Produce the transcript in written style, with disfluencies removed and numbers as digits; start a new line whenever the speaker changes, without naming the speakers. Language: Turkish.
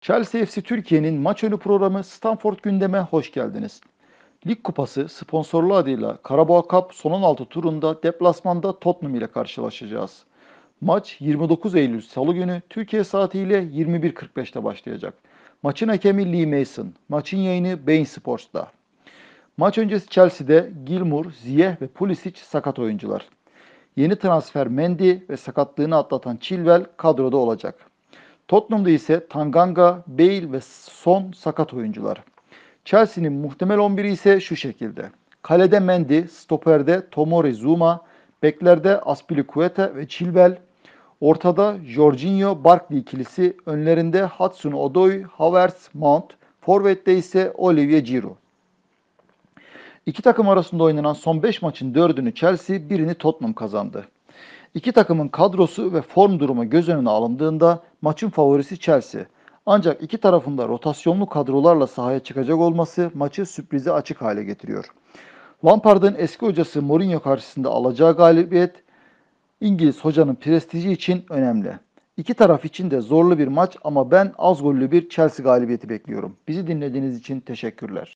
Chelsea FC Türkiye'nin maç önü programı Stamford Gündem'e hoş geldiniz. Lig Kupası sponsorlu adıyla Carabao Cup son 16 turunda deplasmanda Tottenham ile karşılaşacağız. Maç 29 Eylül Salı günü Türkiye saatiyle 21.45'te başlayacak. Maçın hakemi Lee Mason, maçın yayını Bein Sports'ta. Maç öncesi Chelsea'de Gilmour, Ziyech ve Pulisic sakat oyuncular. Yeni transfer Mendy ve sakatlığını atlatan Chilwell kadroda olacak. Tottenham'da ise Tanganga, Bale ve Son sakat oyuncular. Chelsea'nin muhtemel 11'i ise şu şekilde. Kalede Mendy, stoperde Tomori Zuma, beklerde Azpilicueta ve Chilwell, ortada Jorginho Barkley ikilisi, önlerinde Hudson-Odoi, Havertz, Mount, forvette ise Olivier Giroud. İki takım arasında oynanan son 5 maçın 4'ünü Chelsea, birini Tottenham kazandı. İki takımın kadrosu ve form durumu göz önüne alındığında maçın favorisi Chelsea. Ancak iki tarafında rotasyonlu kadrolarla sahaya çıkacak olması maçı sürprize açık hale getiriyor. Lampard'ın eski hocası Mourinho karşısında alacağı galibiyet İngiliz hocanın prestiji için önemli. İki taraf için de zorlu bir maç ama ben az gollü bir Chelsea galibiyeti bekliyorum. Bizi dinlediğiniz için teşekkürler.